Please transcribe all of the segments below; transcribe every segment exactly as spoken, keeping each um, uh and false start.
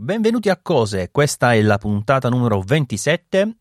benvenuti a Cose, questa è la puntata numero ventisette.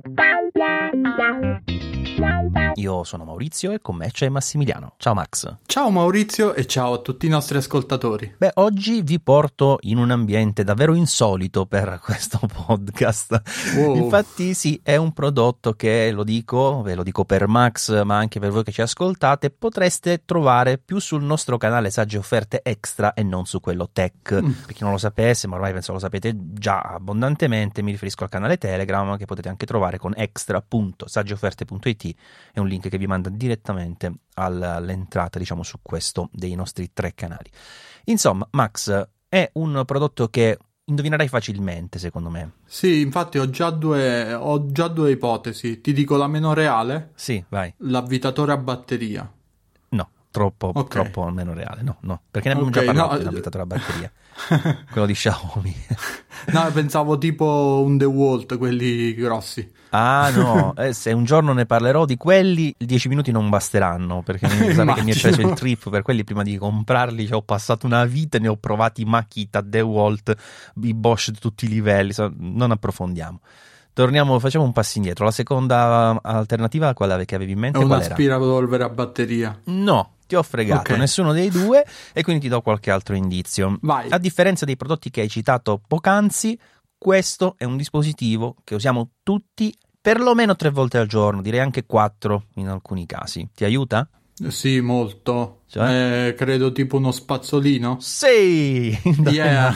Io sono Maurizio e con me c'è Massimiliano. Ciao Max. Ciao Maurizio e ciao a tutti i nostri ascoltatori. Beh, oggi vi porto in un ambiente davvero insolito per questo podcast. Wow. Infatti sì, è un prodotto che, lo dico, ve lo dico per Max, ma anche per voi che ci ascoltate, potreste trovare più sul nostro canale Sagge Offerte Extra e non su quello Tech. Mm. Per chi non lo sapesse, ma ormai penso lo sapete già abbondantemente, mi riferisco al canale Telegram che potete anche trovare con extra punto saggeofferte punto it. È un link che vi manda direttamente all'entrata, diciamo, su questo dei nostri tre canali. Insomma, Max, è un prodotto che indovinerai facilmente, secondo me. Sì, infatti ho già due ho già due ipotesi. Ti dico la meno reale? Sì, vai. L'avvitatore a batteria. No, troppo, okay. troppo meno reale. No, no, perché ne abbiamo okay, già parlato no, dell'avvitatore a batteria. Quello di Xiaomi. No, pensavo tipo un DeWalt, quelli grossi. Ah no, eh, se un giorno ne parlerò di quelli, dieci minuti non basteranno, perché mi sa che mi è preso il trip per quelli prima di comprarli. Cioè, ho passato una vita e ne ho provati Makita, DeWalt, i Bosch di tutti i livelli. Non approfondiamo. Torniamo, facciamo un passo indietro. La seconda alternativa, quale che avevi in mente? È un qual era? aspirapolvere a batteria. No, ti ho fregato, okay. Nessuno dei due, e quindi ti do qualche altro indizio. Vai. A differenza dei prodotti che hai citato poc'anzi, questo è un dispositivo che usiamo tutti perlomeno tre volte al giorno, direi anche quattro in alcuni casi. Ti aiuta? Sì, molto. Cioè? Eh, credo tipo uno spazzolino. Sì! Yeah.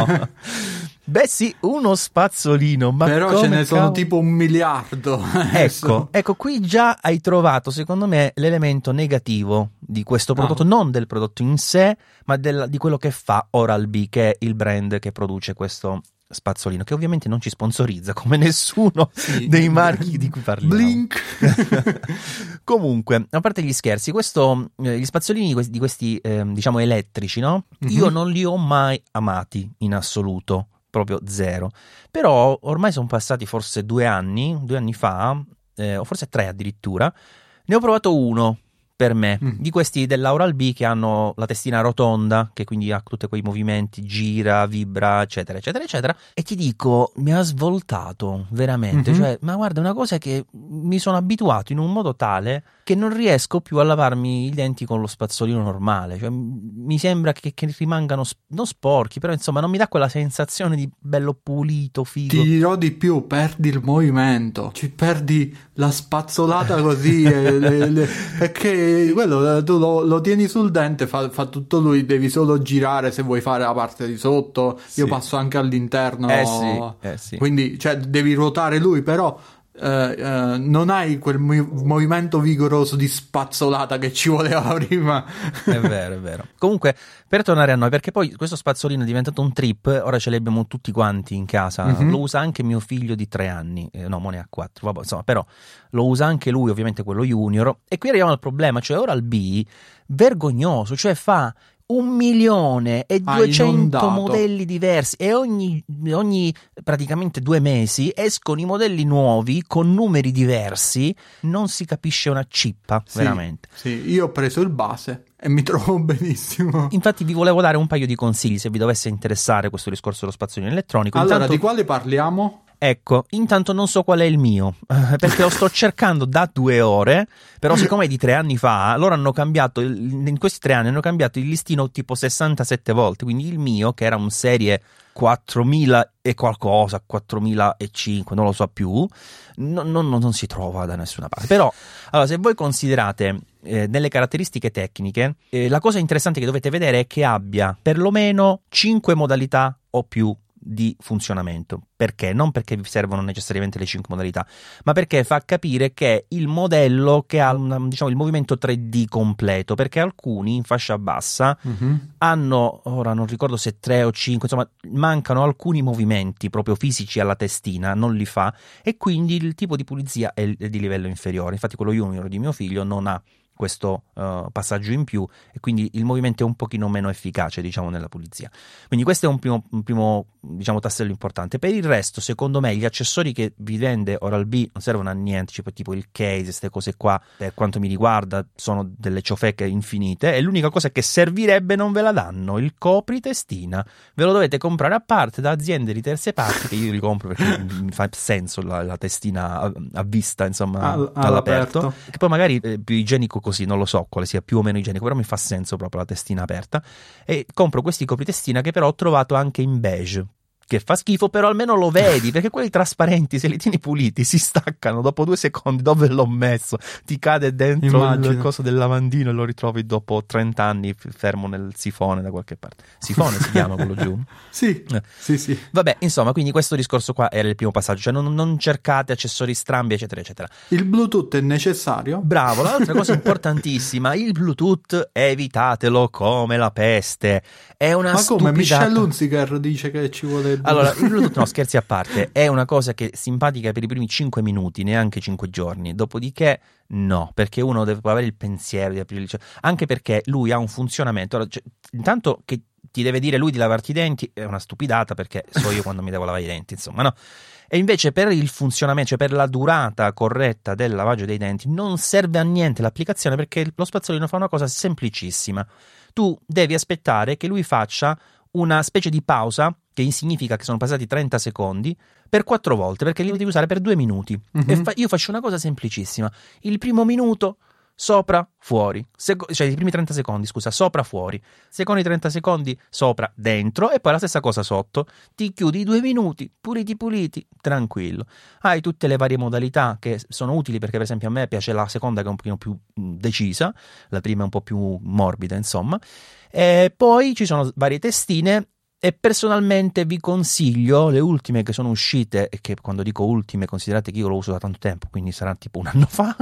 Beh sì, uno spazzolino, ma però come ce ne sono cavolo? tipo un miliardo. Ecco, ecco, qui già hai trovato, secondo me, l'elemento negativo di questo prodotto, ah. non del prodotto in sé, ma del, di quello che fa Oral-B, che è il brand che produce questo spazzolino, che ovviamente non ci sponsorizza come nessuno sì, dei marchi di cui parliamo. Blink. Comunque, a parte gli scherzi, questo, eh, gli spazzolini di questi, eh, diciamo, elettrici, no? Mm-hmm. Io non li ho mai amati in assoluto. Proprio zero. Però ormai sono passati forse due anni, due anni fa, eh, o forse tre addirittura, ne ho provato uno per me, mm. di questi della Oral-B che hanno la testina rotonda, che quindi ha tutti quei movimenti, gira, vibra, eccetera, eccetera, eccetera, e ti dico, mi ha svoltato, veramente, mm-hmm. cioè, ma guarda, è una cosa che mi sono abituato in un modo tale che non riesco più a lavarmi i denti con lo spazzolino normale, cioè mi sembra che, che rimangano sp- non sporchi, però insomma non mi dà quella sensazione di bello pulito, figo. Ti dirò di più, perdi il movimento, ci perdi la spazzolata così, e le, le, perché quello tu lo, lo tieni sul dente, fa, fa tutto lui, devi solo girare se vuoi fare la parte di sotto, sì. Io passo anche all'interno, eh sì, eh sì. Quindi cioè devi ruotare lui, però Uh, uh, non hai quel mov- movimento vigoroso di spazzolata che ci voleva prima. È vero, è vero. Comunque, per tornare a noi, perché poi questo spazzolino è diventato un trip, ora ce l'abbiamo tutti quanti in casa, mm-hmm. Lo usa anche mio figlio di tre anni, eh, no, mo ne ha quattro, vabbè, insomma, però lo usa anche lui, ovviamente quello junior, e qui arriviamo al problema, cioè Oral-B, vergognoso, cioè fa un milione e duecento modelli diversi e ogni, ogni praticamente due mesi escono i modelli nuovi con numeri diversi, non si capisce una cippa, sì, veramente. Sì, io ho preso il base e mi trovo benissimo. Infatti vi volevo dare un paio di consigli se vi dovesse interessare questo discorso dello spazzolino elettronico. Allora, Intanto, di quale parliamo? Ecco, intanto non so qual è il mio, perché lo sto cercando da due ore, però siccome è di tre anni fa, loro hanno cambiato, in questi tre anni hanno cambiato il listino tipo sessantasette volte, quindi il mio, che era un serie quattromila e qualcosa, quattromilacinque, non lo so più, non, non, non si trova da nessuna parte. Però, allora, se voi considerate eh, nelle caratteristiche tecniche, eh, la cosa interessante che dovete vedere è che abbia perlomeno cinque modalità o più di funzionamento. Perché? Non perché vi servono necessariamente le cinque modalità, ma perché fa capire che è il modello che ha una, diciamo, il movimento tre D completo, perché alcuni in fascia bassa mm-hmm. hanno, ora non ricordo se tre o cinque, insomma mancano alcuni movimenti proprio fisici alla testina, non li fa, e quindi il tipo di pulizia è di livello inferiore. Infatti quello junior di mio figlio non ha questo uh, passaggio in più, e quindi il movimento è un pochino meno efficace, diciamo, nella pulizia. Quindi questo è un primo, un primo diciamo tassello importante. Per il resto, secondo me, gli accessori che vi vende Oral-B non servono a niente, tipo, tipo il case, queste cose qua, per quanto mi riguarda sono delle ciofeche infinite, e l'unica cosa che servirebbe non ve la danno: il copritestina. Ve lo dovete comprare a parte da aziende di terze parti, che io li compro perché mi fa senso la, la testina a, a vista, insomma, All, all'aperto, all'aperto. che poi magari è più igienico così, non lo so quale sia più o meno igienico, però mi fa senso proprio la testina aperta. E compro questi copritestina che però ho trovato anche in beige, che fa schifo, però almeno lo vedi, perché quelli trasparenti, se li tieni puliti, si staccano dopo due secondi. Dove l'ho messo? Ti cade dentro Immagino. il coso del lavandino e lo ritrovi dopo trenta anni fermo nel sifone da qualche parte. Sifone si chiama quello giù? Sì, Eh. sì, sì. Vabbè, insomma, quindi questo discorso qua era il primo passaggio, cioè non, non cercate accessori strambi, eccetera, eccetera. Il Bluetooth è necessario? Bravo, l'altra cosa importantissima, il Bluetooth evitatelo come la peste. È una Ma come? stupidata. Michelle Hunziker dice che ci vuole il Allora, il Bluetooth, no, scherzi a parte, è una cosa che è simpatica per i primi cinque minuti, neanche cinque giorni. Dopodiché no, perché uno deve avere il pensiero di aprire il... cioè, anche perché lui ha un funzionamento. Allora, cioè, intanto che ti deve dire lui di lavarti i denti è una stupidata, perché so io quando mi devo lavare i denti, insomma, no? E invece per il funzionamento, cioè per la durata corretta del lavaggio dei denti, non serve a niente l'applicazione, perché lo spazzolino fa una cosa semplicissima. Tu devi aspettare che lui faccia una specie di pausa, che significa che sono passati trenta secondi, per quattro volte, perché li devi usare per due minuti. Mhm. E fa- io faccio una cosa semplicissima: il primo minuto sopra, fuori, Seco- cioè i primi trenta secondi, scusa, sopra, fuori, secondi trenta secondi sopra, dentro, e poi la stessa cosa sotto. Ti chiudi i due minuti, puliti puliti, tranquillo. Hai tutte le varie modalità che sono utili, perché per esempio a me piace la seconda, che è un pochino più mh, decisa, la prima è un po' più morbida, insomma. E poi ci sono varie testine, e personalmente vi consiglio le ultime che sono uscite, e che quando dico ultime considerate che io lo uso da tanto tempo, quindi sarà tipo un anno fa.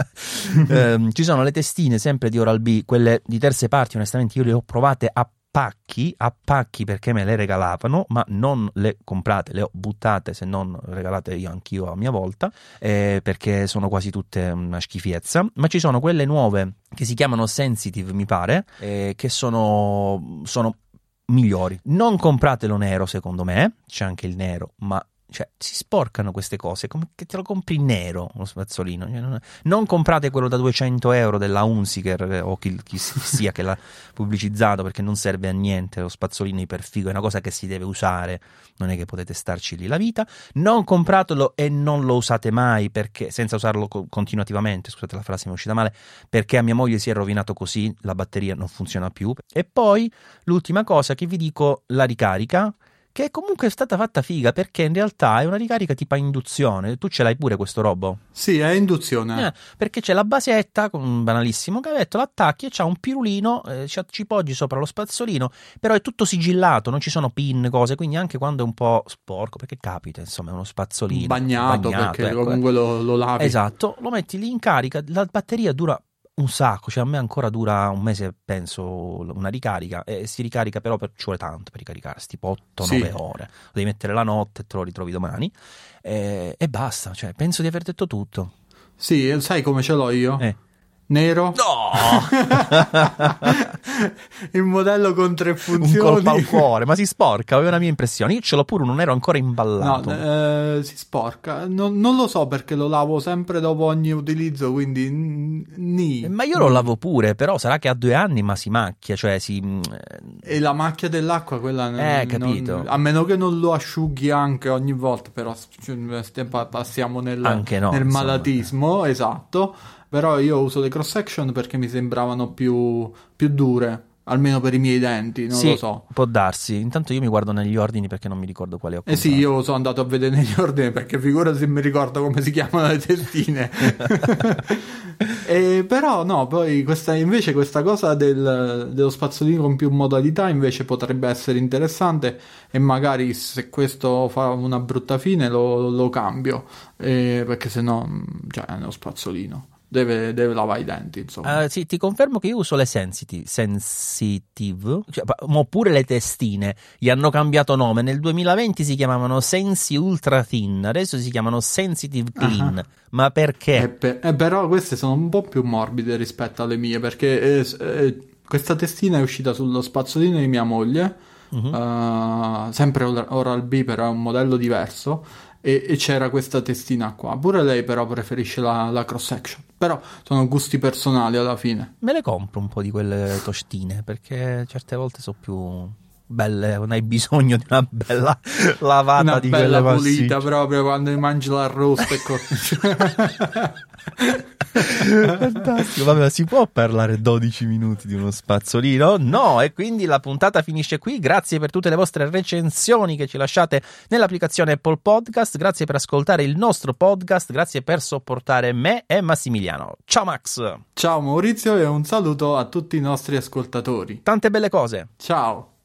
ehm, ci sono le testine sempre di Oral-B, quelle di terze parti. Onestamente io le ho provate a pacchi, a pacchi, perché me le regalavano, ma non le comprate, le ho buttate, se non regalate io anch'io a mia volta, eh, perché sono quasi tutte una schifiezza. Ma ci sono quelle nuove che si chiamano Sensitive, mi pare, eh, che sono sono migliori. Non compratelo nero, secondo me, c'è anche il nero, ma cioè si sporcano queste cose, come che te lo compri nero uno spazzolino, cioè, non, non comprate quello da duecento euro della Hunziker o chi, chi sia che l'ha pubblicizzato, perché non serve a niente. Lo spazzolino iperfigo è una cosa che si deve usare, non è che potete starci lì la vita. Non compratelo e non lo usate mai, perché senza usarlo co- continuativamente, scusate la frase mi è uscita male, perché a mia moglie si è rovinato così, la batteria non funziona più. E poi l'ultima cosa che vi dico, la ricarica, che comunque è stata fatta figa, perché in realtà è una ricarica tipo a induzione. Tu ce l'hai pure questo robo? Sì, è induzione. Eh, perché c'è la basetta con un banalissimo cavetto, l'attacchi e c'ha un pirulino, eh, ci, ci poggi sopra lo spazzolino, però è tutto sigillato, non ci sono pin, cose, quindi anche quando è un po' sporco, perché capita, insomma, è uno spazzolino Bagnato, perché ecco, comunque lo, lo lavi. esatto, lo metti lì in carica, la batteria dura un sacco, cioè a me ancora dura un mese, penso, una ricarica, e si ricarica, però per, ci vuole tanto per ricaricarsi, tipo otto nove Sì. ore, lo devi mettere la notte e te lo ritrovi domani, e, e basta, cioè penso di aver detto tutto. Sì, sai come ce l'ho io? Eh. Nero. No! Il modello con tre Un funzioni. colpo al cuore, ma si sporca, è una mia impressione. Io ce l'ho pure, non ero ancora imballato. No, eh, si sporca. Non, non lo so, perché lo lavo sempre dopo ogni utilizzo, quindi n- ni. Eh, Ma io lo lavo pure, però sarà che ha due anni, ma si macchia, cioè si... E la macchia dell'acqua, quella non- Eh, capito. non- a meno che non lo asciughi anche ogni volta, però cioè, stiamo- passiamo nel, Anche no, nel insomma. malatismo, esatto. Però io uso le cross section perché mi sembravano più, più dure, almeno per i miei denti, non sì, lo so. può darsi. Intanto io mi guardo negli ordini perché non mi ricordo quali ho Eh comprato. sì, io sono andato a vedere negli ordini, perché figura se mi ricordo come si chiamano le testine. E però no, poi questa, invece questa cosa del, dello spazzolino con più modalità invece potrebbe essere interessante, e magari se questo fa una brutta fine lo, lo cambio, eh, perché sennò, cioè, è uno spazzolino. deve, deve lavare i denti, insomma. Uh, sì, ti confermo che io uso le sensitive, sensitive cioè, oppure le testine, gli hanno cambiato nome, nel duemilaventi si chiamavano Sensi Ultra Thin, adesso si chiamano Sensitive Clean, uh-huh. Ma perché? Eh, per, eh, però queste sono un po' più morbide rispetto alle mie, perché eh, eh, questa testina è uscita sullo spazzolino di mia moglie, uh-huh. uh, sempre Oral-B, però è un modello diverso, e, e c'era questa testina qua. Pure lei però preferisce la, la cross section, però sono gusti personali alla fine. Me le compro un po' di quelle tostine, perché certe volte sono più belle, non hai bisogno di una bella lavata, una di bella quelle pulita massicce. Proprio quando mangi l'arrosto e co- Fantastico. Vabbè, si può parlare dodici minuti di uno spazzolino? No, e quindi la puntata finisce qui. Grazie per tutte le vostre recensioni che ci lasciate nell'applicazione Apple Podcast, grazie per ascoltare il nostro podcast, grazie per sopportare me e Massimiliano. Ciao Max. Ciao Maurizio, e un saluto a tutti i nostri ascoltatori. Tante belle cose. Ciao.